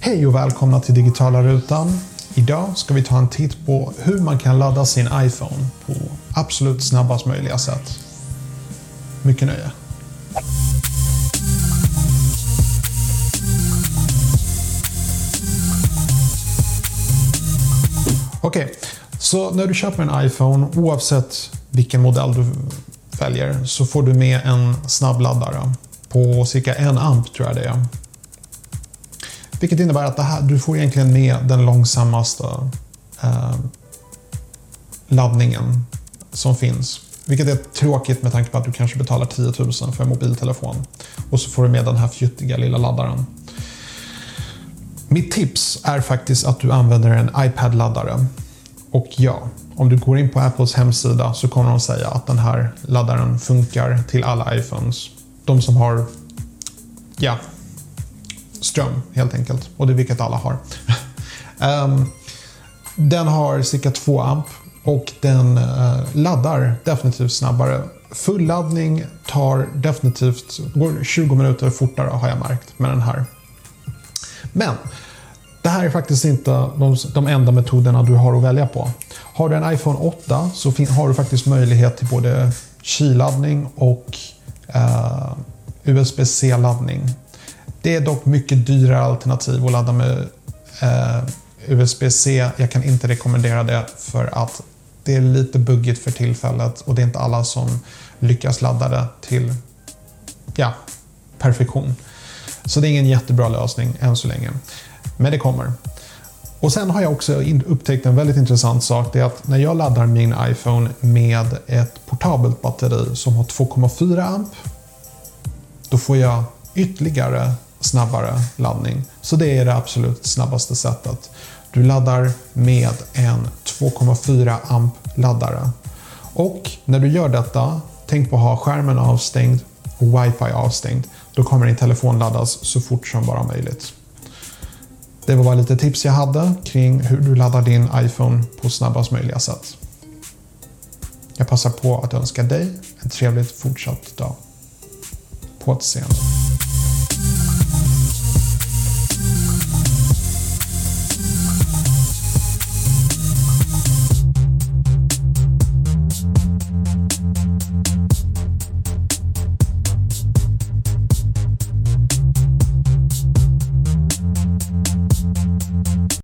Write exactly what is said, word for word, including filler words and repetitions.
Hej och välkomna till Digitala Rutan. Idag ska vi ta en titt på hur man kan ladda sin iPhone på absolut snabbast möjliga sätt. Mycket nöje. Okej, okay. Så när du köper en iPhone, oavsett vilken modell du väljer, så får du med en snabbladdare på cirka en amp tror jag det är. Vilket innebär att det här, du får egentligen med den långsammaste eh, laddningen som finns. Vilket är tråkigt med tanke på att du kanske betalar tio tusen för en mobiltelefon. Och så får du med den här fjuttiga lilla laddaren. Mitt tips är faktiskt att du använder en iPad-laddare. Och ja, om du går in på Apples hemsida så kommer de säga att den här laddaren funkar till alla iPhones. De som har, ja, ström helt enkelt. Och det är vilket alla har. um, den har cirka två amp och den uh, laddar definitivt snabbare. Fulladdning tar definitivt, går tjugo minuter fortare har jag märkt med den här. Men det här är faktiskt inte de, de enda metoderna du har att välja på. Har du en iPhone åtta så fin- har du faktiskt möjlighet till både kylladdning och uh, U S B C-laddning. Det är dock mycket dyrare alternativ att ladda med uh, U S B C. Jag kan inte rekommendera det för att det är lite buggigt för tillfället och det är inte alla som lyckas ladda det till ja, perfektion. Så det är ingen jättebra lösning än så länge. Men det kommer. Och sen har jag också upptäckt en väldigt intressant sak. Det är att när jag laddar min iPhone med ett portabelt batteri som har två komma fyra amp. Då får jag ytterligare snabbare laddning. Så det är det absolut snabbaste sättet. Du laddar med en två komma fyra amp laddare. Och när du gör detta, tänk på att ha skärmen avstängd och wifi avstängd. Då kommer din telefon laddas så fort som bara möjligt. Det var bara lite tips jag hade kring hur du laddar din iPhone på snabbast möjliga sätt. Jag passar på att önska dig en trevligt fortsatt dag. På återseende.